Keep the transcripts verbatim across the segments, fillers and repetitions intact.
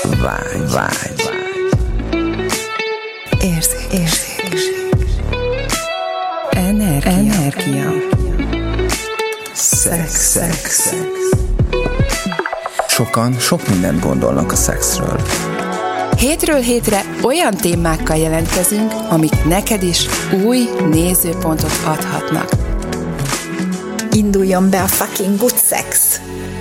Vágy, vágy, vágy. Érzék, érzék. Energia, energia. Szex, szex, szex. Sokan sok mindent gondolnak a szexről. Hétről hétre olyan témákkal jelentkezünk, amik neked is új nézőpontot adhatnak. Induljon be a fucking good sex!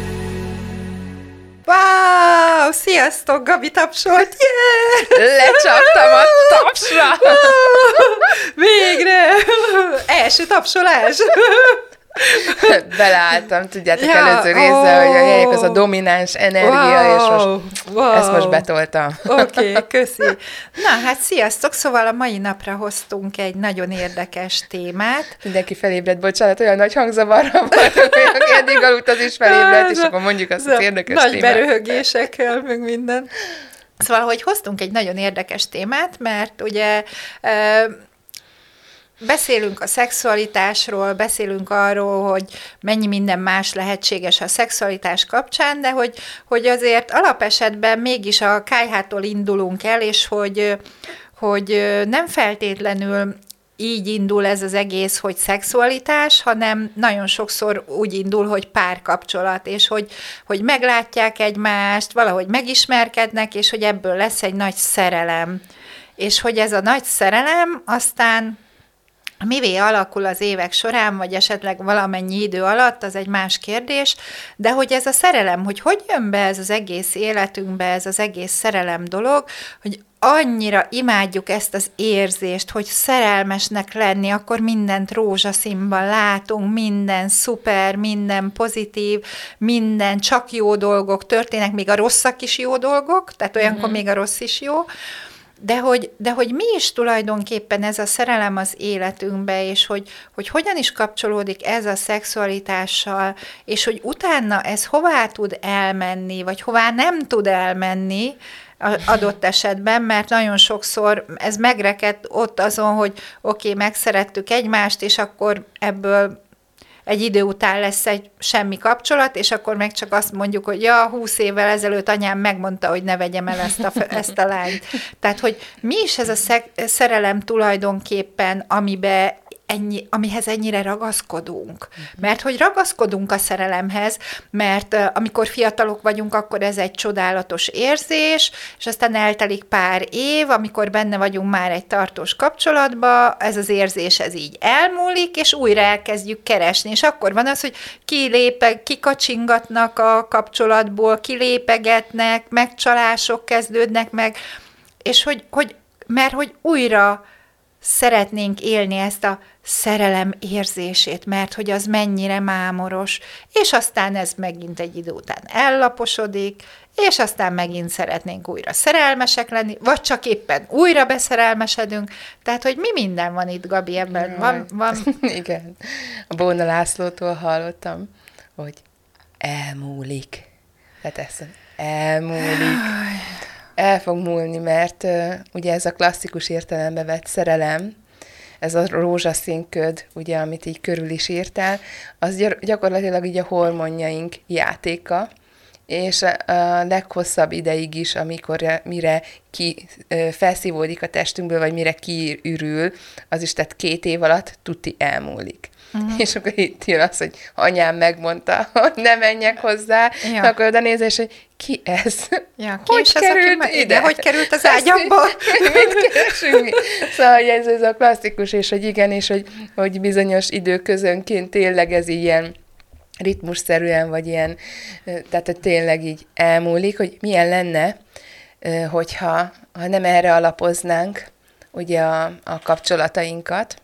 Wow! Sziasztok, Gabi tapsolt! Yeah! Lecsaptam a tapsra! Végre! Első tapsolás! Beleálltam, tudjátok, ja, előző része, oh, hogy a helyek az a domináns energia, wow, és most wow. ezt most betoltam. Oké, okay, köszi. Na, hát sziasztok, szóval a mai napra hoztunk egy nagyon érdekes témát. Mindenki felébredt, bocsánat, olyan nagy hangzavarra volt, hogy eddig aludt, az is felébredt, és akkor mondjuk azt az érdekes nagy témát. Nagy beröhögésekkel, meg minden. Szóval, hogy hoztunk egy nagyon érdekes témát, mert ugye... Beszélünk a szexualitásról, beszélünk arról, hogy mennyi minden más lehetséges a szexualitás kapcsán, de hogy, hogy azért alapesetben mégis a kályhától indulunk el, és hogy, hogy nem feltétlenül így indul ez az egész, hogy szexualitás, hanem nagyon sokszor úgy indul, hogy párkapcsolat, és hogy, hogy meglátják egymást, valahogy megismerkednek, és hogy ebből lesz egy nagy szerelem. És hogy ez a nagy szerelem aztán mivé alakul az évek során, vagy esetleg valamennyi idő alatt, az egy más kérdés, de hogy ez a szerelem, hogy hogy jön be ez az egész életünkbe, ez az egész szerelem dolog, hogy annyira imádjuk ezt az érzést, hogy szerelmesnek lenni, akkor mindent rózsaszínban látunk, minden szuper, minden pozitív, minden csak jó dolgok történnek, még a rosszak is jó dolgok, tehát olyankor mm-hmm. még a rossz is jó, De hogy, de hogy mi is tulajdonképpen ez a szerelem az életünkbe, és hogy, hogy hogyan is kapcsolódik ez a szexualitással, és hogy utána ez hová tud elmenni, vagy hová nem tud elmenni adott esetben, mert nagyon sokszor ez megrekedt ott azon, hogy oké, okay, megszerettük egymást, és akkor ebből egy idő után lesz egy semmi kapcsolat, és akkor meg csak azt mondjuk, hogy ja, húsz évvel ezelőtt anyám megmondta, hogy ne vegyem el ezt a, ezt a lányt. Tehát, hogy mi is ez a szek- szerelem tulajdonképpen, amibe ennyi, amihez ennyire ragaszkodunk. Mert hogy ragaszkodunk a szerelemhez, mert uh, amikor fiatalok vagyunk, akkor ez egy csodálatos érzés, és aztán eltelik pár év, amikor benne vagyunk már egy tartós kapcsolatba, ez az érzés ez így elmúlik, és újra elkezdjük keresni, és akkor van az, hogy kilépeg, kikacsingatnak a kapcsolatból, kilépegetnek, megcsalások kezdődnek meg, és hogy, hogy mert hogy újra szeretnénk élni ezt a szerelem érzését, mert hogy az mennyire mámoros, és aztán ez megint egy idő után ellaposodik, és aztán megint szeretnénk újra szerelmesek lenni, vagy csak éppen újra beszerelmesedünk. Tehát, hogy mi minden van itt, Gabi, ebben van, van... Igen. A Bóna Lászlótól hallottam, hogy elmúlik. Tehát ez elmúlik. El fog múlni, mert uh, ugye ez a klasszikus értelembe vett szerelem, ez a rózsaszín köd, ugye, amit így körül is írtál, az gy- gyakorlatilag így a hormonjaink játéka, és a, a leghosszabb ideig is, amikor mire ki uh, felszívódik a testünkből, vagy mire kiürül, az is, tehát két év alatt tuti elmúlik. Uh-huh. És akkor itt jön az, hogy anyám megmondta, hogy ne menjek hozzá, ja. Akkor oda nézel, és hogy ki ez? Ja, ki hogy került az, ide? Hogy került az ágyamba? Mit keresünk mi? Szóval ez, ez a klasszikus, és hogy igen, és hogy, hogy bizonyos időközönként tényleg ez ilyen ritmusszerűen, vagy ilyen, tehát hogy tényleg így elmúlik, hogy milyen lenne, hogyha ha nem erre alapoznánk ugye a, a kapcsolatainkat,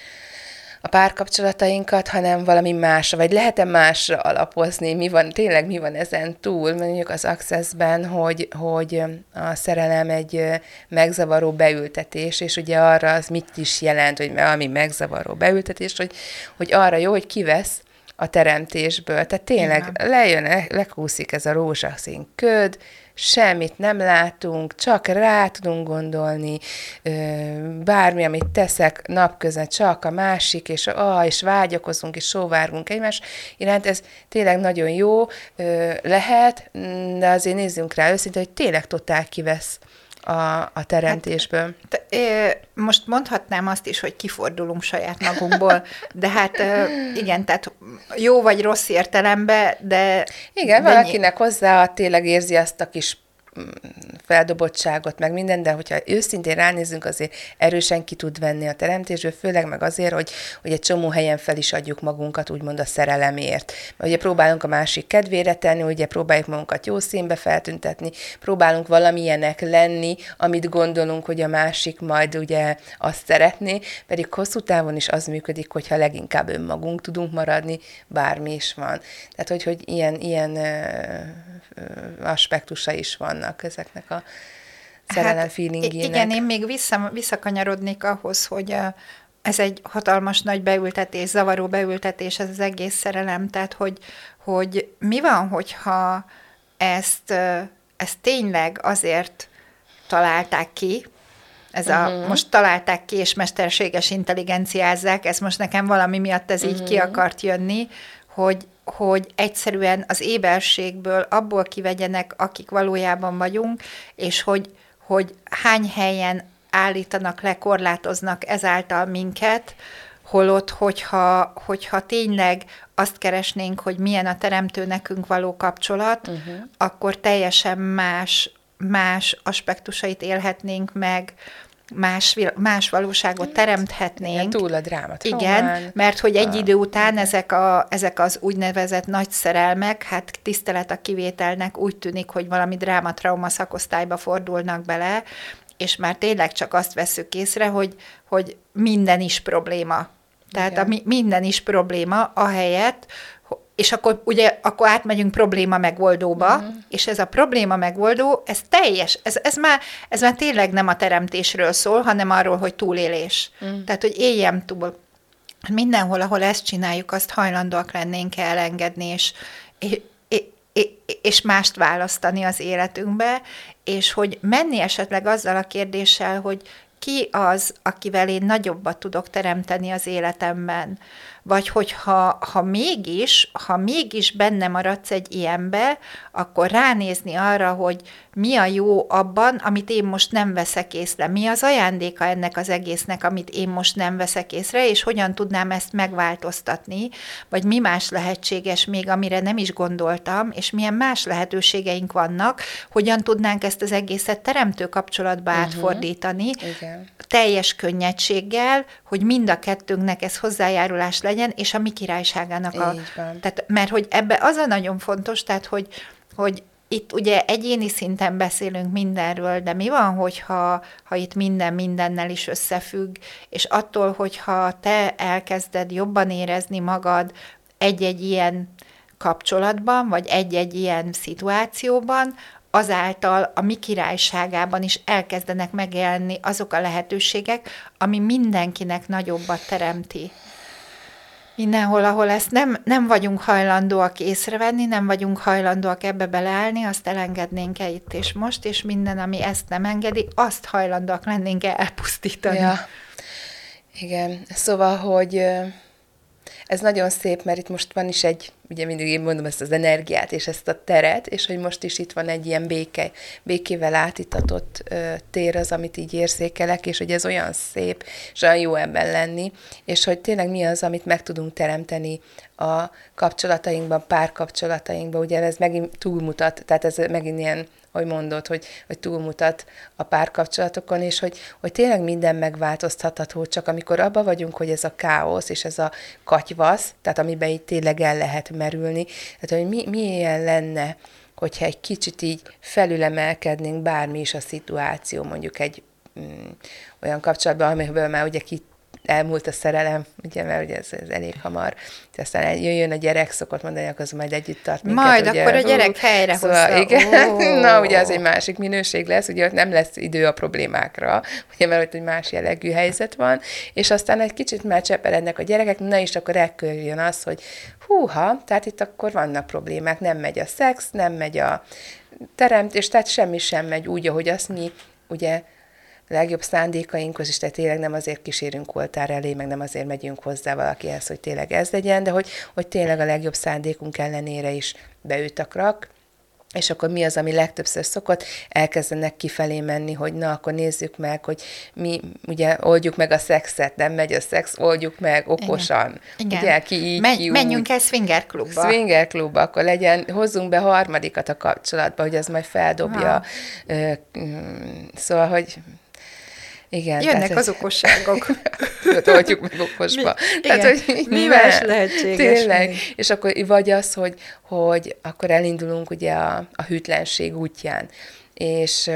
a párkapcsolatainkat, hanem valami másra, vagy lehet-e másra alapozni, mi van, tényleg mi van ezen túl, mondjuk az Accessben, hogy, hogy a szerelem egy megzavaró beültetés, és ugye arra az mit is jelent, hogy valami megzavaró beültetés, hogy, hogy arra jó, hogy kivesz a teremtésből. Tehát tényleg igen. lejön, le, lekúszik ez a rózsaszín köd, semmit nem látunk, csak rá tudunk gondolni, bármi, amit teszek napközben, csak a másik, és, ah, és vágyakozunk, és sóvárgunk egymás iránt, ez tényleg nagyon jó lehet, de azért nézzünk rá őszintén, hogy tényleg totál kivesz a, a teremtésből. Hát, te, most mondhatnám azt is, hogy kifordulunk saját magunkból, de hát igen, tehát jó vagy rossz értelemben, de... Igen, de valakinek hozzá tényleg érzi azt a kis feldobottságot, meg minden, de hogyha őszintén ránézzünk, azért erősen ki tud venni a teremtésből, főleg meg azért, hogy, hogy egy csomó helyen fel is adjuk magunkat, úgymond a szerelemért. Mert ugye próbálunk a másik kedvére tenni, ugye próbáljuk magunkat jó színbe feltüntetni, próbálunk valamilyenek lenni, amit gondolunk, hogy a másik majd ugye azt szeretné, pedig hosszú távon is az működik, hogyha leginkább önmagunk tudunk maradni, bármi is van. Tehát, hogy, hogy ilyen, ilyen ö, ö, aspektusa is vannak ezeknek a szerelem hát, feelingének. Igen, én még vissza, visszakanyarodnék ahhoz, hogy a, ez egy hatalmas nagy beültetés, zavaró beültetés, ez az egész szerelem, tehát hogy, hogy mi van, hogyha ezt, ezt tényleg azért találták ki, ez uh-huh. a, most találták ki, és mesterséges intelligenciázzák, ez most nekem valami miatt ez uh-huh. így ki akart jönni, hogy hogy egyszerűen az éberségből abból kivegyenek, akik valójában vagyunk, és hogy, hogy hány helyen állítanak le, korlátoznak ezáltal minket, holott, hogyha, hogyha tényleg azt keresnénk, hogy milyen a teremtő nekünk való kapcsolat, uh-huh. akkor teljesen más, más aspektusait élhetnénk meg, Más, más valóságot teremthetnénk. Igen, túl a dráma. Igen, mert hogy egy idő után ezek, a, ezek az úgynevezett nagy szerelmek, hát tisztelet a kivételnek úgy tűnik, hogy valami drámatrauma szakosztályba fordulnak bele, és már tényleg csak azt vesszük észre, hogy, hogy minden is probléma. Tehát a, minden is probléma, ahelyett, és akkor ugye akkor átmegyünk probléma megoldóba, uh-huh. és ez a probléma megoldó, ez teljes, ez, ez, már, ez már tényleg nem a teremtésről szól, hanem arról, hogy túlélés. Uh-huh. Tehát, hogy éljem túl. Mindenhol, ahol ezt csináljuk, azt hajlandóak lennénk elengedni, és, és, és mást választani az életünkbe, és hogy menni esetleg azzal a kérdéssel, hogy ki az, akivel én nagyobbat tudok teremteni az életemben. Vagy hogyha ha mégis, ha mégis benne maradsz egy ilyenbe, akkor ránézni arra, hogy mi a jó abban, amit én most nem veszek észre. Mi az ajándéka ennek az egésznek, amit én most nem veszek észre, és hogyan tudnám ezt megváltoztatni, vagy mi más lehetséges még, amire nem is gondoltam, és milyen más lehetőségeink vannak, hogyan tudnánk ezt az egészet teremtő kapcsolatba uh-huh. átfordítani, igen. teljes könnyedséggel, hogy mind a kettőnknek ez hozzájárulás legyen, és a mi királyságának a... Tehát, mert hogy ebbe az a nagyon fontos, tehát, hogy, hogy itt ugye egyéni szinten beszélünk mindenről, de mi van, hogyha ha itt minden mindennel is összefügg, és attól, hogyha te elkezded jobban érezni magad egy-egy ilyen kapcsolatban, vagy egy-egy ilyen szituációban, azáltal a mi királyságában is elkezdenek megjelenni azok a lehetőségek, ami mindenkinek nagyobbat teremti. Mindenhol, ahol ezt nem, nem vagyunk hajlandóak észrevenni, nem vagyunk hajlandóak ebbe beleállni, azt elengednénk-e itt és most, és minden, ami ezt nem engedi, azt hajlandóak lennénk elpusztítani. Ja. Igen, szóval, hogy ez nagyon szép, mert itt most van is egy, ugye mindig én mondom ezt az energiát, és ezt a teret, és hogy most is itt van egy ilyen béke, békével átitatott ö, tér az, amit így érzékelek, és hogy ez olyan szép, és olyan jó ebben lenni, és hogy tényleg mi az, amit meg tudunk teremteni a kapcsolatainkban, párkapcsolatainkban, ugye ez megint túlmutat, tehát ez megint ilyen, hogy mondod, hogy, hogy túlmutat a párkapcsolatokon, és hogy, hogy tényleg minden megváltoztatható, csak amikor abba vagyunk, hogy ez a káosz, és ez a katyvasz, tehát amiben így tényleg el lehet merülni, tehát hogy mi, milyen lenne, hogyha egy kicsit így felülemelkednénk bármi is a szituáció, mondjuk egy mm, olyan kapcsolatban, amiből már ugye ki elmúlt a szerelem, ugye, mert ugye ez, ez elég hamar. Aztán jöjjön a gyerek, szokott mondani, akkor az majd együtt tart minket. Majd ugye, akkor a gyerek hú, helyre szóval, hozza. Igen. Oh. Na, ugye az egy másik minőség lesz, ugye ott nem lesz idő a problémákra, ugye, mert ott egy más jellegű helyzet van, és aztán egy kicsit már cseperednek a gyerekek, na és akkor elköljön az, hogy húha, tehát itt akkor vannak problémák, nem megy a szex, nem megy a teremtés, tehát semmi sem megy úgy, ahogy azt mi, ugye, legjobb szándékainkhoz is, tehát tényleg nem azért kísérünk oltár elé, meg nem azért megyünk hozzá valakihez, hogy tényleg ez legyen, de hogy, hogy tényleg a legjobb szándékunk ellenére is beüt a krak, és akkor mi az, ami legtöbbször szokott, elkezdenek kifelé menni, hogy na, akkor nézzük meg, hogy mi, ugye, oldjuk meg a szexet, nem megy a szex, oldjuk meg okosan. Igen. Ugye, ki így, Men- ki menjünk úgy. el swinger klubba. Swinger klubba, akkor legyen, hozzunk be harmadikat a kapcsolatba, hogy az majd feldobja. Ö, mm, szóval, hogy igen. Jönnek tehát, az okosságok. Oldjuk meg okosba. Mi, tehát, igen, hogy mi nem, más lehetséges tényleg. még? És akkor vagy az, hogy, hogy akkor elindulunk ugye a, a hűtlenség útján. És,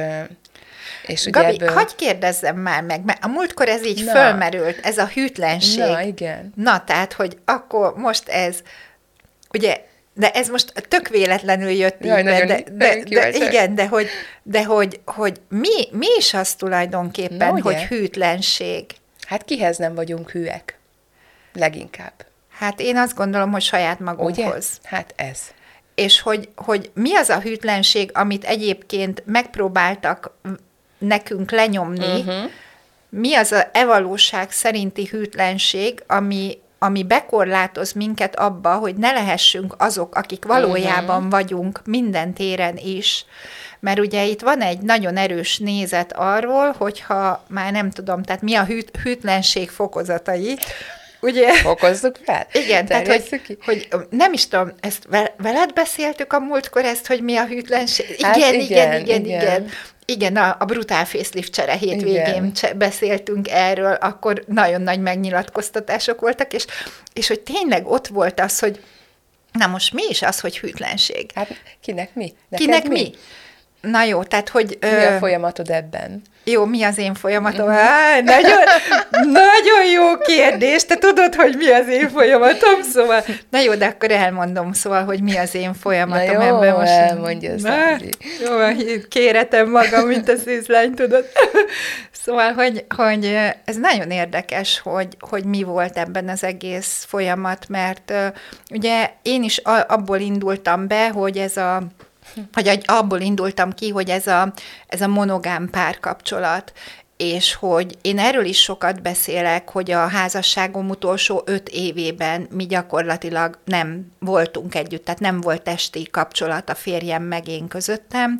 és ugye Gabi, ebből... hagyj kérdezzem már meg, mert a múltkor ez így Na. fölmerült, ez a hűtlenség. Na, igen. Na, tehát, hogy akkor most ez, ugye, de ez most tök véletlenül jött Jaj, így be, nagyon- de, de, nagyon de kíváncsi. igen, de hogy, de hogy, hogy mi, mi is az tulajdonképpen, Na, ugye? hogy hűtlenség? Hát kihez nem vagyunk hűek? Leginkább. Hát én azt gondolom, hogy saját Ugye? magunkhoz. Hát ez. És hogy, hogy mi az a hűtlenség, amit egyébként megpróbáltak nekünk lenyomni, uh-huh. mi az a evalóság szerinti hűtlenség, ami, ami bekorlátoz minket abba, hogy ne lehessünk azok, akik valójában uh-huh. vagyunk minden téren is. Mert ugye itt van egy nagyon erős nézet arról, hogyha már nem tudom, tehát mi a hűt, hűtlenség fokozatai, ugye? Fokozzuk fel? Igen, tehát Terjesszük hogy, hogy nem is tudom, ezt veled beszéltük a múltkor ezt, hogy mi a hűtlenség? Igen, Hát igen, igen, igen, igen. igen. igen. Igen, a, a brutál facelift csere hétvégén cse, beszéltünk erről, akkor nagyon nagy megnyilatkoztatások voltak, és, és hogy tényleg ott volt az, hogy na most mi is az, hogy hűtlenség? Hát kinek mi? Neked Kinek mi? mi? Na jó, tehát hogy... Mi ö, a folyamatod ebben? Jó, mi az én folyamatom? Á, nagyon, nagyon jó kérdés, te tudod, hogy mi az én folyamatom, szóval, na jó, de akkor elmondom, szóval, hogy mi az én folyamatom. Na jó, ebben most. elmondja, Szándi. Jó, kéretem magam, mint a szűzlány, tudod. Szóval, hogy, hogy ez nagyon érdekes, hogy, hogy mi volt ebben az egész folyamat, mert uh, ugye én is a, abból indultam be, hogy ez a hogy abból indultam ki, hogy ez a, ez a monogám párkapcsolat, és hogy én erről is sokat beszélek, hogy a házasságom utolsó öt évében mi gyakorlatilag nem voltunk együtt, tehát nem volt testi kapcsolat a férjem meg én közöttem,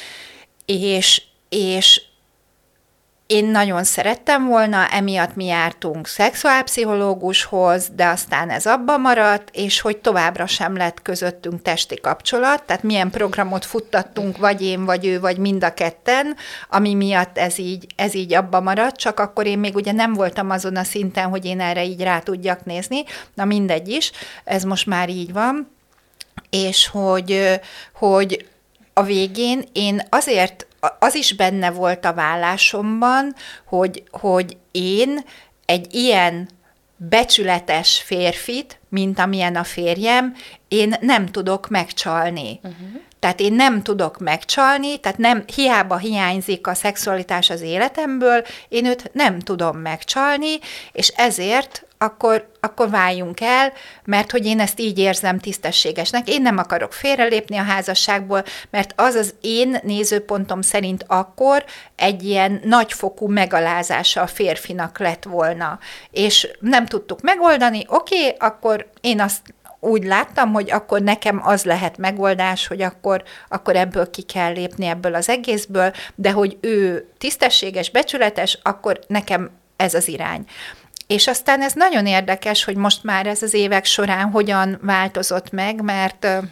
és, és én nagyon szerettem volna, emiatt mi jártunk szexuálpszichológushoz, de aztán ez abba maradt, és hogy továbbra sem lett közöttünk testi kapcsolat, tehát milyen programot futtattunk, vagy én, vagy ő, vagy mind a ketten, ami miatt ez így, ez így abba maradt, csak akkor én még ugye nem voltam azon a szinten, hogy én erre így rá tudjak nézni, na mindegy is, ez most már így van, és hogy, hogy a végén én azért az is benne volt a vállásomban, hogy, hogy én egy ilyen becsületes férfit, mint amilyen a férjem, én nem tudok megcsalni. Uh-huh. Tehát én nem tudok megcsalni, tehát nem, hiába hiányzik a szexualitás az életemből, én őt nem tudom megcsalni, és ezért akkor, akkor váljunk el, mert hogy én ezt így érzem tisztességesnek. Én nem akarok félrelépni a házasságból, mert az az én nézőpontom szerint akkor egy ilyen nagyfokú megalázása a férfinak lett volna. És nem tudtuk megoldani, oké, okay, akkor én azt úgy láttam, hogy akkor nekem az lehet megoldás, hogy akkor, akkor ebből ki kell lépni, ebből az egészből, de hogy ő tisztességes, becsületes, akkor nekem ez az irány. És aztán ez nagyon érdekes, hogy most már ez az évek során hogyan változott meg, mert ö,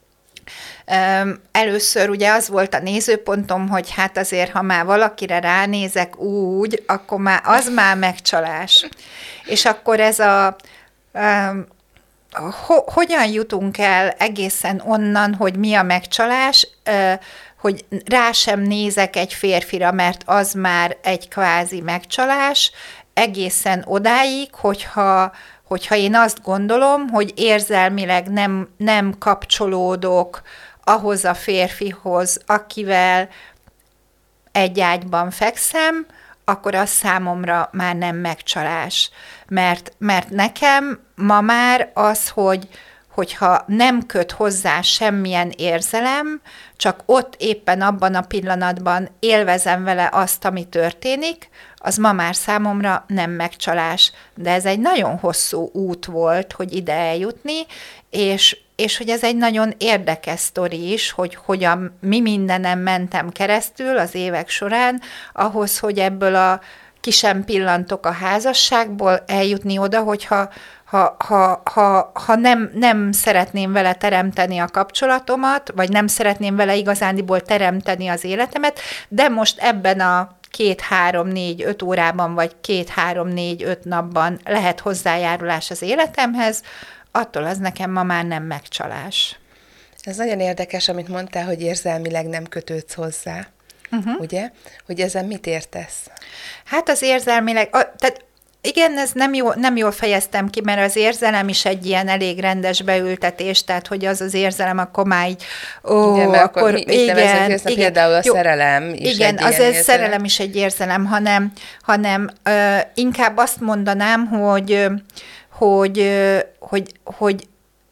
ö, először ugye az volt a nézőpontom, hogy hát azért, ha már valakire ránézek úgy, akkor már az már megcsalás. És akkor ez a... Ö, Ho- hogyan jutunk el egészen onnan, hogy mi a megcsalás, hogy rá sem nézek egy férfira, mert az már egy kvázi megcsalás, egészen odáig, hogyha, hogyha én azt gondolom, hogy érzelmileg nem, nem kapcsolódok ahhoz a férfihoz, akivel egy ágyban fekszem, akkor az számomra már nem megcsalás. Mert, mert nekem ma már az, hogy, hogyha nem köt hozzá semmilyen érzelem, csak ott éppen abban a pillanatban élvezem vele azt, ami történik, az ma már számomra nem megcsalás. De ez egy nagyon hosszú út volt, hogy ide eljutni, és, és hogy ez egy nagyon érdekes sztori is, hogy hogyan mi mindenem mentem keresztül az évek során, ahhoz, hogy ebből a ki sem pillantok a házasságból eljutni oda, hogyha ha, ha, ha, ha nem, nem szeretném vele teremteni a kapcsolatomat, vagy nem szeretném vele igazándiból teremteni az életemet, de most ebben a két, három, négy, öt órában, vagy két, három, négy, öt napban lehet hozzájárulás az életemhez, attól az nekem ma már nem megcsalás. Ez nagyon érdekes, amit mondtál, hogy érzelmileg nem kötődsz hozzá. Uh-huh. Ugye? Hogy ezen mit értesz? Hát az érzelmileg, a, tehát igen, ez nem, jó, nem jól fejeztem ki, mert az érzelem is egy ilyen elég rendes beültetés, tehát hogy az az érzelem, akkor már így, ó, igen, akkor, akkor mit igen, igen, igen, például a jó, szerelem is igen, egy az ilyen ez érzelem. szerelem is egy érzelem, hanem, hanem ö, inkább azt mondanám, hogy, hogy, hogy, hogy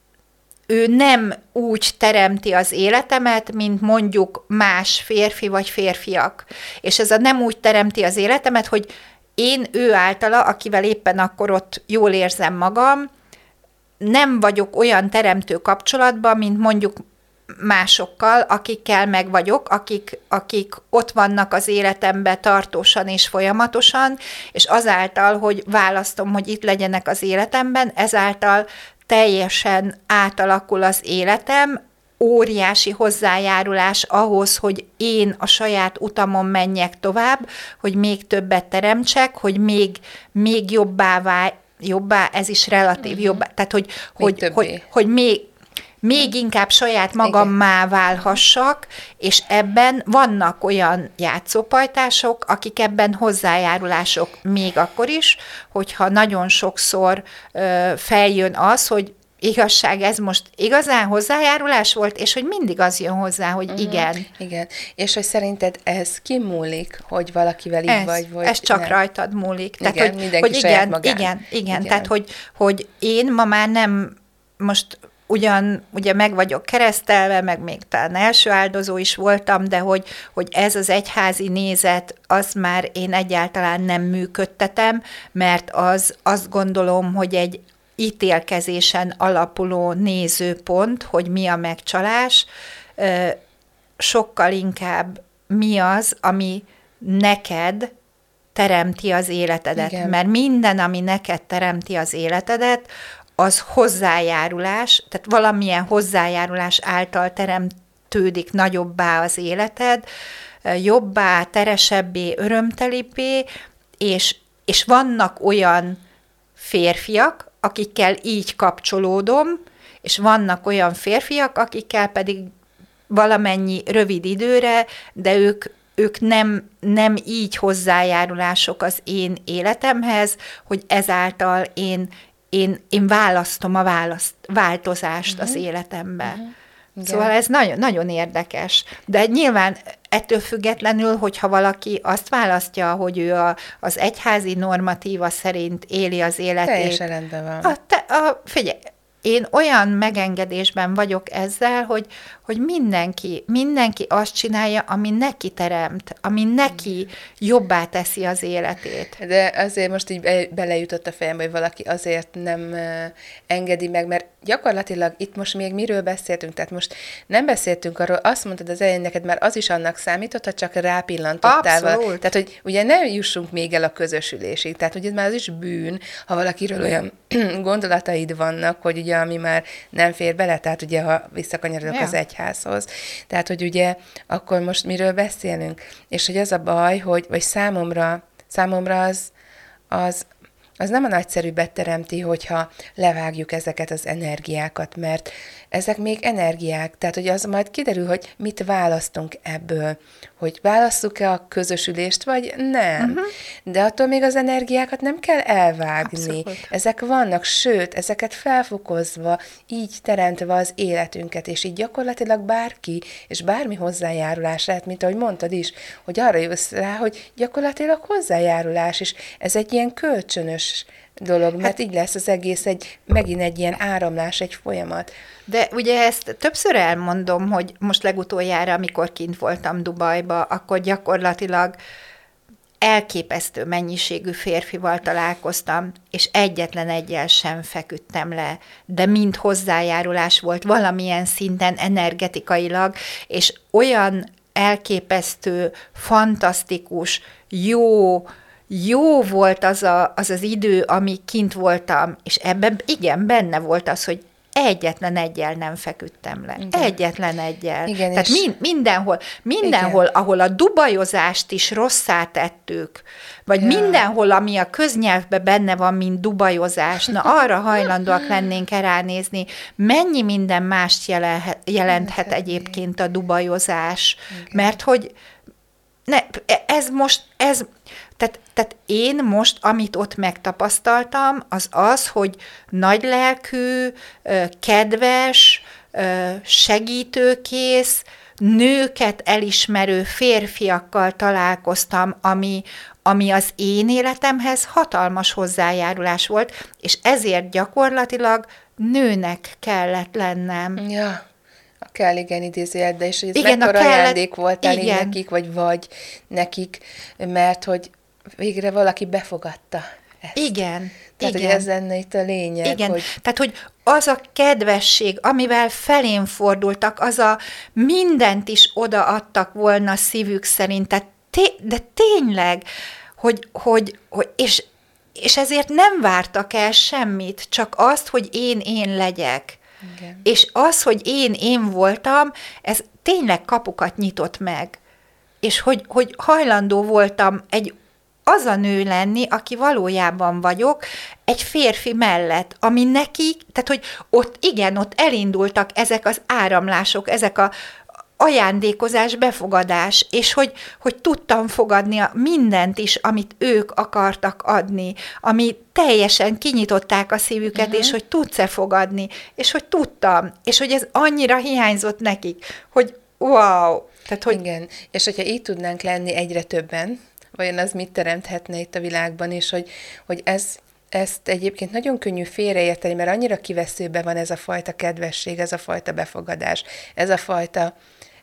ő nem úgy teremti az életemet, mint mondjuk más férfi vagy férfiak. És ez a nem úgy teremti az életemet, hogy én ő általa, akivel éppen akkor ott jól érzem magam, nem vagyok olyan teremtő kapcsolatban, mint mondjuk másokkal, akikkel meg vagyok, akik, akik ott vannak az életemben tartósan és folyamatosan, és azáltal, hogy választom, hogy itt legyenek az életemben, ezáltal teljesen átalakul az életem, óriási hozzájárulás ahhoz, hogy én a saját utamon menjek tovább, hogy még többet teremtsek, hogy még, még jobbá válj, jobbá, ez is relatív, uh-huh. jobbá, tehát hogy, hogy, hogy, hogy még, még inkább saját magammá válhassak, és ebben vannak olyan játszópajtások, akik ebben hozzájárulások még akkor is, hogyha nagyon sokszor ö, feljön az, hogy igazság, ez most igazán hozzájárulás volt, és hogy mindig az jön hozzá, hogy uh-huh. igen. Igen, és hogy szerinted ez kimúlik, hogy valakivel így ez, vagy, vagy ez csak nem. rajtad múlik. Igen, tehát, hogy, mindenki hogy saját igen, magán. igen, igen, igen, tehát hogy, hogy én ma már nem most ugyan ugye meg vagyok keresztelve, meg még talán első áldozó is voltam, de hogy, hogy ez az egyházi nézet, az már én egyáltalán nem működtetem, mert az azt gondolom, hogy egy ítélkezésen alapuló nézőpont, hogy mi a megcsalás, sokkal inkább mi az, ami neked teremti az életedet. Igen. Mert minden, ami neked teremti az életedet, az hozzájárulás, tehát valamilyen hozzájárulás által teremtődik nagyobbá az életed, jobbá, teresebbé, örömtelibbé, és, és vannak olyan férfiak, akikkel így kapcsolódom, és vannak olyan férfiak, akikkel pedig valamennyi rövid időre, de ők, ők nem, nem így hozzájárulások az én életemhez, hogy ezáltal én, én, én választom a választ, változást uh-huh. az életembe. Uh-huh. Szóval ez nagyon, nagyon érdekes. De nyilván ettől függetlenül, hogyha valaki azt választja, hogy ő a, az egyházi normatíva szerint éli az életét. Teljesen rendben van. A, te, a, figyelj, én olyan megengedésben vagyok ezzel, hogy, hogy mindenki, mindenki azt csinálja, ami neki teremt, ami neki jobbá teszi az életét. De azért most így be, belejutott a fejembe, hogy valaki azért nem uh, engedi meg, mert gyakorlatilag itt most még miről beszéltünk, tehát most nem beszéltünk arról, azt mondtad az elején neked, már az is annak számított, ha csak rápillantottál. Abszolút. Tehát, hogy ugye ne jussunk még el a közösülésig, tehát hogy ez már az is bűn, ha valakiről olyan gondolataid vannak, hogy ugye ami már nem fér bele, tehát ugye ha visszakanyarodok ja. az egyházhoz. Tehát, hogy ugye akkor most miről beszélünk? És hogy az a baj, hogy, vagy számomra, számomra az, az az nem a nagyszerűbbet teremti, hogyha levágjuk ezeket az energiákat, mert ezek még energiák, tehát hogy az majd kiderül, hogy mit választunk ebből, hogy válasszuk-e a közösülést, vagy nem. Uh-huh. De attól még az energiákat nem kell elvágni. Abszolút. Ezek vannak, sőt, ezeket felfokozva, így teremtve az életünket, és így gyakorlatilag bárki, és bármi hozzájárulás lehet, mint ahogy mondtad is, hogy arra jössz rá, hogy gyakorlatilag hozzájárulás is. Ez egy ilyen kölcsönös dolog, mert hát, így lesz az egész egy, megint egy ilyen áramlás, egy folyamat. De ugye ezt többször elmondom, hogy most legutoljára, amikor kint voltam Dubajba, akkor gyakorlatilag elképesztő mennyiségű férfival találkoztam, és egyetlen egyel sem feküdtem le, de mind hozzájárulás volt valamilyen szinten energetikailag, és olyan elképesztő, fantasztikus, jó, jó volt az, a, az az idő, ami kint voltam, és ebben igen, benne volt az, hogy egyetlen egyel nem feküdtem le. Igen. Egyetlen egyel. Igen, Tehát min, mindenhol, mindenhol, igen. ahol a dubajozást is rosszá tettük, vagy ja. mindenhol, ami a köznyelvben benne van, mint dubajozás, na arra hajlandóak lennénk ránézni, mennyi minden mást jelenhet, jelenthet egyébként a dubajozás. Igen. Mert hogy ne, ez most, ez, tehát, tehát én most, amit ott megtapasztaltam, az az, hogy nagylelkű, kedves, segítőkész, nőket elismerő férfiakkal találkoztam, ami, ami az én életemhez hatalmas hozzájárulás volt, és ezért gyakorlatilag nőnek kellett lennem. Ja. Kell, igen, idézőjelbe, és ez igen, mekkora kellett, ajándék voltál én nekik, vagy vagy nekik, mert hogy végre valaki befogadta ezt. Igen. Tehát, igen. hogy ez lenne itt a lényeg. Igen, hogy... tehát, hogy az a kedvesség, amivel felén fordultak, az a mindent is odaadtak volna szívük szerint, tehát té- de tényleg, hogy, hogy, hogy és, és ezért nem vártak el semmit, csak azt, hogy én én legyek. Igen. És az, hogy én én voltam, ez tényleg kapukat nyitott meg. És hogy, hogy hajlandó voltam egy az a nő lenni, aki valójában vagyok, egy férfi mellett, ami neki, tehát hogy ott igen, ott elindultak ezek az áramlások, ezek a ajándékozás, befogadás, és hogy, hogy tudtam fogadni a mindent is, amit ők akartak adni, ami teljesen kinyitották a szívüket, uh-huh. és hogy tudsz-e fogadni, és hogy tudtam, és hogy ez annyira hiányzott nekik, hogy wow! Tehát, hogy... Igen, és hogyha így tudnánk lenni egyre többen, vajon az mit teremthetne itt a világban, és hogy, hogy ez, ezt egyébként nagyon könnyű félreérteni, mert annyira kiveszőben van ez a fajta kedvesség, ez a fajta befogadás, ez a fajta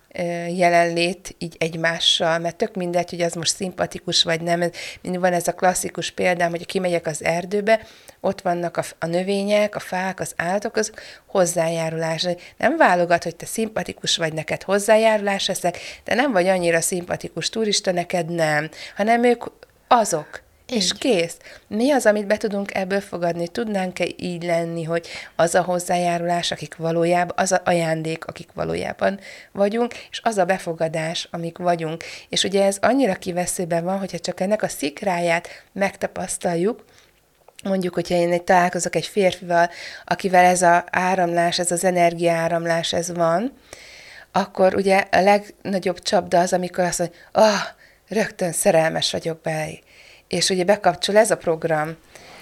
jelenlét így egymással, mert tök mindegy, hogy az most szimpatikus vagy nem, mindig van ez a klasszikus példám, hogy kimegyek az erdőbe, ott vannak a, a növények, a fák, az állatok, az hozzájárulás. Nem válogat, hogy te szimpatikus vagy, neked hozzájárulás leszek, de nem vagy annyira szimpatikus turista, neked nem, hanem ők azok. És kész. Mi az, amit be tudunk ebből fogadni? Tudnánk-e így lenni, hogy az a hozzájárulás, akik valójában, az a ajándék, akik valójában vagyunk, és az a befogadás, amik vagyunk. És ugye ez annyira kiveszőben van, hogyha csak ennek a szikráját megtapasztaljuk, mondjuk, hogyha én egy találkozok egy férfival, akivel ez az áramlás, ez az energiaáramlás, ez van, akkor ugye a legnagyobb csapda az, amikor azt mondja, ah, rögtön szerelmes vagyok bele. És ugye bekapcsol ez a program,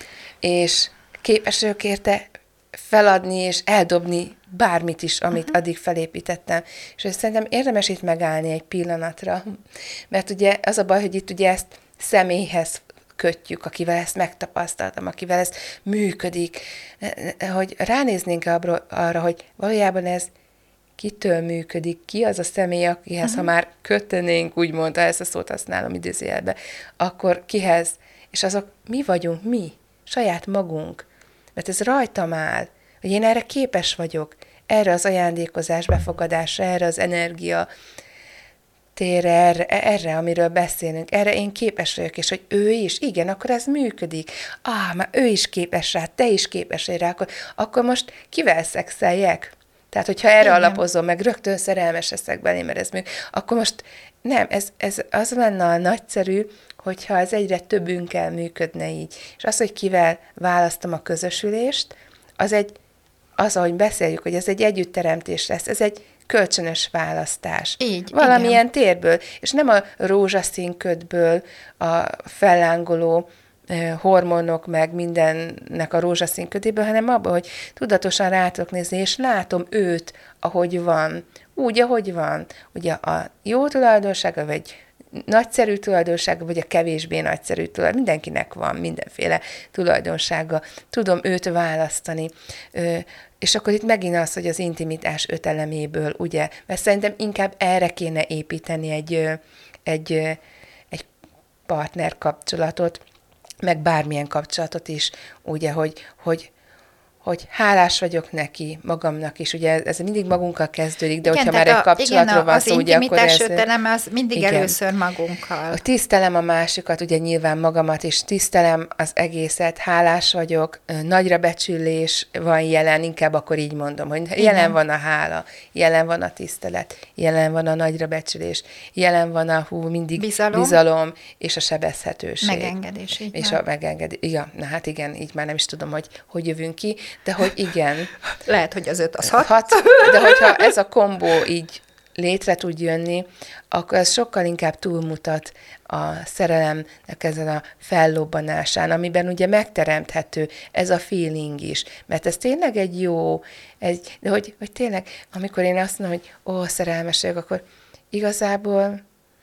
és képes vagyok érte feladni és eldobni bármit is, amit uh-huh. addig felépítettem. És ezt szerintem érdemes itt megállni egy pillanatra, mert ugye az a baj, hogy itt ugye ezt személyhez kötjük, akivel ezt megtapasztaltam, akivel ez működik, hogy ránéznénk arra, hogy valójában ez kitől működik, ki az a személy, akihez, uh-huh. ha már kötenénk, úgymond, ha ezt a szót használom idézőjelbe, akkor kihez, és azok mi vagyunk, mi, saját magunk, mert ez rajtam áll, hogy én erre képes vagyok, erre az ajándékozás befogadásra, erre az energia térre, erre, erre, amiről beszélünk, erre én képes vagyok, és hogy ő is, igen, akkor ez működik. Ah, már ő is képes rá, te is képes vagy rá, akkor, akkor most kivel szexeljek? Tehát, hogyha erre igen. alapozom, meg rögtön szerelmes leszek belé, mert ez még, akkor most nem, ez, ez az lenne a nagyszerű, hogyha ez egyre többünkkel működne így. És az, hogy kivel választom a közösülést, az egy, az, ahogy beszéljük, hogy ez egy együttteremtés lesz, ez egy kölcsönös választás. Így, valamilyen igen. térből, és nem a rózsaszín ködből, a fellángoló hormonok, meg mindennek a rózsaszín ködéből, hanem abban, hogy tudatosan rá tudok nézni, és látom őt, ahogy van, úgy, ahogy van. Ugye a jó tulajdonsága, vagy nagyszerű tulajdonsága, vagy a kevésbé nagyszerű tulajdonsága. Mindenkinek van mindenféle tulajdonsága. Tudom őt választani. Ö, és akkor itt megint az, hogy az intimitás öt eleméből, ugye, mert szerintem inkább erre kéne építeni egy, egy, egy partnerkapcsolatot, meg bármilyen kapcsolatot is, ugye, hogy, hogy hogy hálás vagyok neki, magamnak is, ugye ez mindig magunkkal kezdődik, de igen, hogyha már egy kapcsolatról van szó, ugye akkor ez... Igen, az intimitás az mindig igen, először magunkkal. A tisztelem a másikat, ugye nyilván magamat is, tisztelem az egészet, hálás vagyok, nagyra becsülés van jelen, inkább akkor így mondom, hogy igen. Jelen van a hála, jelen van a tisztelet, jelen van a nagyra becsülés, jelen van a hú, mindig bizalom, bizalom és a sebezhetőség. Megengedés, így És már. a megengedés, igen, na hát igen, így már nem is tudom, hogy hogy jövünk ki, de hogy igen. Lehet, hogy az öt az hat. hat. De hogyha ez a kombó így létre tud jönni, akkor ez sokkal inkább túlmutat a szerelemnek ezen a fellobbanásán, amiben ugye megteremthető ez a feeling is. Mert ez tényleg egy jó, egy, de hogy, hogy tényleg, amikor én azt mondom, hogy ó, szerelmes vagyok, akkor igazából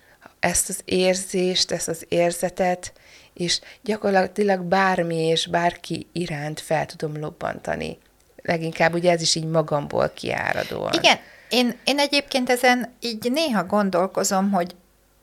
ezt az érzést, ezt az érzetet, és gyakorlatilag bármi és bárki iránt fel tudom lobbantani. Leginkább ugye ez is így magamból kiáradóan. Igen, én, én egyébként ezen így néha gondolkozom, hogy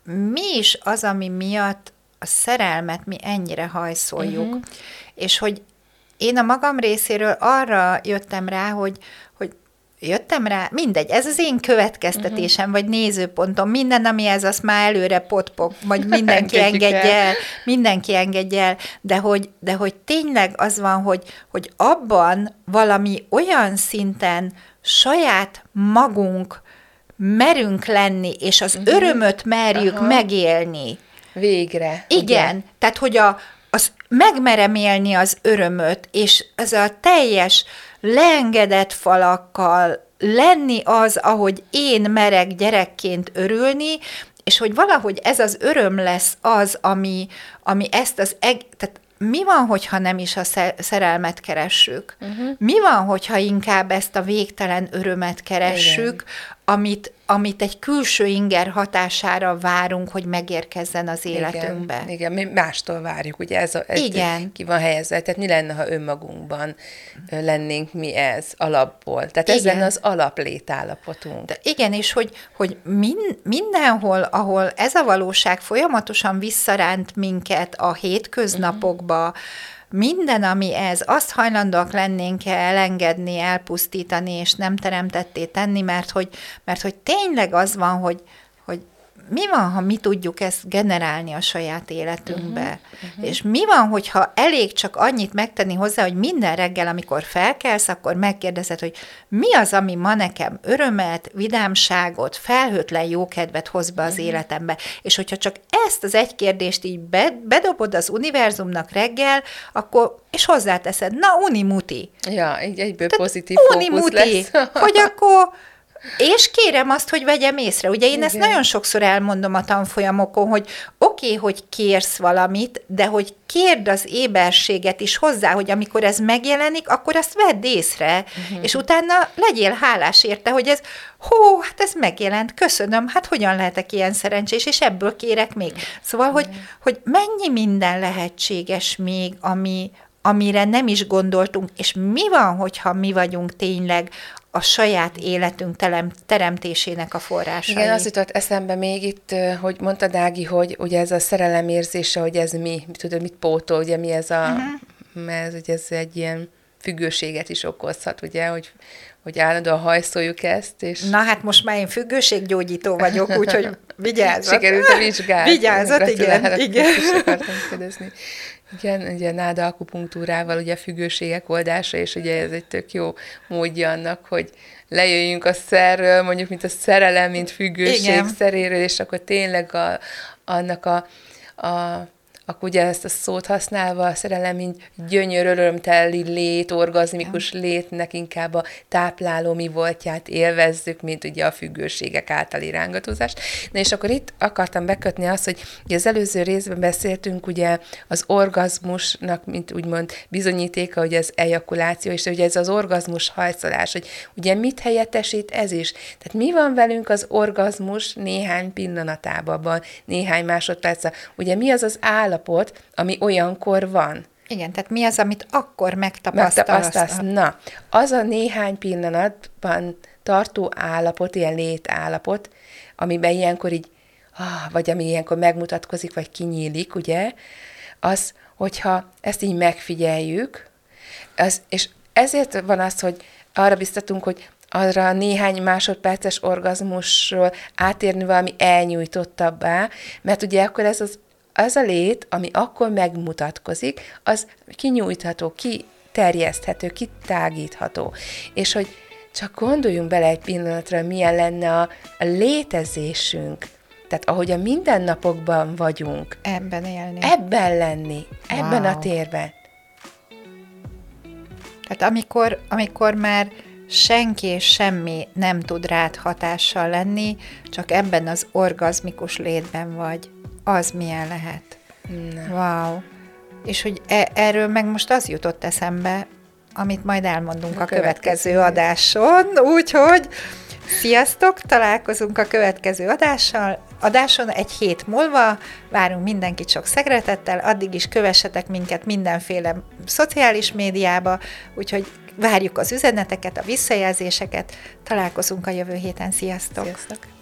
mi is az, ami miatt a szerelmet mi ennyire hajszoljuk. Uh-huh. És hogy én a magam részéről arra jöttem rá, hogy, hogy jöttem rá, mindegy, ez az én következtetésem, uh-huh. vagy nézőpontom, minden, ami ez, azt már előre potpok, vagy mindenki engedje el, mindenki engedje el, de hogy, de hogy tényleg az van, hogy, hogy abban valami olyan szinten saját magunk merünk lenni, és az uh-huh. örömöt merjük uh-huh. megélni. Végre. Igen, ugye? Tehát, hogy a, az megmerem élni az örömöt, és ez a teljes leengedett falakkal lenni az, ahogy én merek gyerekként örülni, és hogy valahogy ez az öröm lesz az, ami, ami ezt az... Eg- tehát mi van, hogyha nem is a szerelmet keressük? Uh-huh. Mi van, hogyha inkább ezt a végtelen örömet keressük, amit, amit egy külső inger hatására várunk, hogy megérkezzen az életünkbe? Igen, igen, mi mástól várjuk, ugye ez, a, ez igen. ki van helyezve. Tehát mi lenne, ha önmagunkban lennénk mi ez alapból? Tehát ez lenne az alaplétállapotunk. De igen, és hogy, hogy min, mindenhol, ahol ez a valóság folyamatosan visszaránt minket a hétköznapokba, uh-huh. minden, ami ez, azt hajlandóak lennénk elengedni, elpusztítani, és nem teremtetté tenni, mert hogy, mert hogy tényleg az van, hogy, hogy mi van, ha mi tudjuk ezt generálni a saját életünkbe? Uh-huh, uh-huh. És mi van, hogyha elég csak annyit megtenni hozzá, hogy minden reggel, amikor felkelsz, akkor megkérdezed, hogy mi az, ami ma nekem örömet, vidámságot, felhőtlen jókedvet hoz be az uh-huh. életembe. És hogyha csak ezt az egy kérdést így bedobod az univerzumnak reggel, akkor, és hozzáteszed, na unimuti. Ja, így egyből tehát pozitív fókusz lesz. Hogy akkor... És kérem azt, hogy vegyem észre. Ugye én igen. ezt nagyon sokszor elmondom a tanfolyamokon, hogy oké, okay, hogy kérsz valamit, de hogy kérd az éberséget is hozzá, hogy amikor ez megjelenik, akkor azt vedd észre, uh-huh. és utána legyél hálás érte, hogy ez, hó, hát ez megjelent, köszönöm, hát hogyan lehetek ilyen szerencsés, és ebből kérek még. Szóval, hogy, hogy mennyi minden lehetséges még, ami, amire nem is gondoltunk, és mi van, hogyha mi vagyunk tényleg a saját életünk terem, teremtésének a forrásai. Igen, az jutott eszembe még itt, hogy mondta Dági, hogy ugye ez a szerelem érzése, hogy ez mi, tudod, mit pótol, ugye mi ez a, uh-huh. mert ugye ez egy ilyen függőséget is okozhat, ugye, hogy, hogy állandóan hajszoljuk ezt, és... Na hát most már én függőséggyógyító vagyok, úgyhogy vigyázzat. Sikerült a vizsgát. Vigyázzat, igen. igen. Igen, ugye náda akupunktúrával ugye függőségek oldása, és ugye ez egy tök jó módja annak, hogy lejöjjünk a szerről, mondjuk, mint a szerelem, mint függőség igen. szeréről, és akkor tényleg a, annak a, a, akkor ugye ezt a szót használva a szerelem, mint gyönyör, örömteli lét, orgazmikus létnek inkább a tápláló mi voltját élvezzük, mint ugye a függőségek általi rángatózást. Na és akkor itt akartam bekötni azt, hogy ugye az előző részben beszéltünk ugye az orgazmusnak, mint úgymond bizonyítéka, hogy az ejakuláció, és ugye ez az orgazmus hajszolás, hogy ugye mit helyettesít ez is. Tehát mi van velünk az orgazmus néhány pillanatában, néhány másodpercben? Ugye mi az az állapot, ami olyankor van? Igen, tehát mi az, amit akkor megtapasztalsz? Megtapasztalsz. Na, az a néhány pillanatban tartó állapot, ilyen létállapot, amiben ilyenkor így, ah, vagy ami ilyenkor megmutatkozik, vagy kinyílik, ugye, az, hogyha ezt így megfigyeljük, az, és ezért van az, hogy arra biztatunk, hogy arra a néhány másodperces orgazmusról átérni valami elnyújtottabbá, mert ugye akkor ez az, az a lét, ami akkor megmutatkozik, az kinyújtható, kiterjeszthető, kitágítható. És hogy csak gondoljunk bele egy pillanatra, milyen lenne a, a létezésünk, tehát ahogy a mindennapokban vagyunk. Ebben élni. Ebben lenni, ebben Wow. a térben. Tehát amikor, amikor már senki és semmi nem tud rád hatással lenni, csak ebben az orgazmikus létben vagy, az milyen lehet? Na. Wow. És hogy e- erről meg most az jutott eszembe, amit majd elmondunk a, A következő, következő. adáson, úgyhogy sziasztok, találkozunk a következő adással, adáson egy hét múlva, várunk mindenkit sok szeretettel, addig is kövessetek minket mindenféle szociális médiába, úgyhogy várjuk az üzeneteket, a visszajelzéseket, találkozunk a jövő héten, sziasztok! Sziasztok!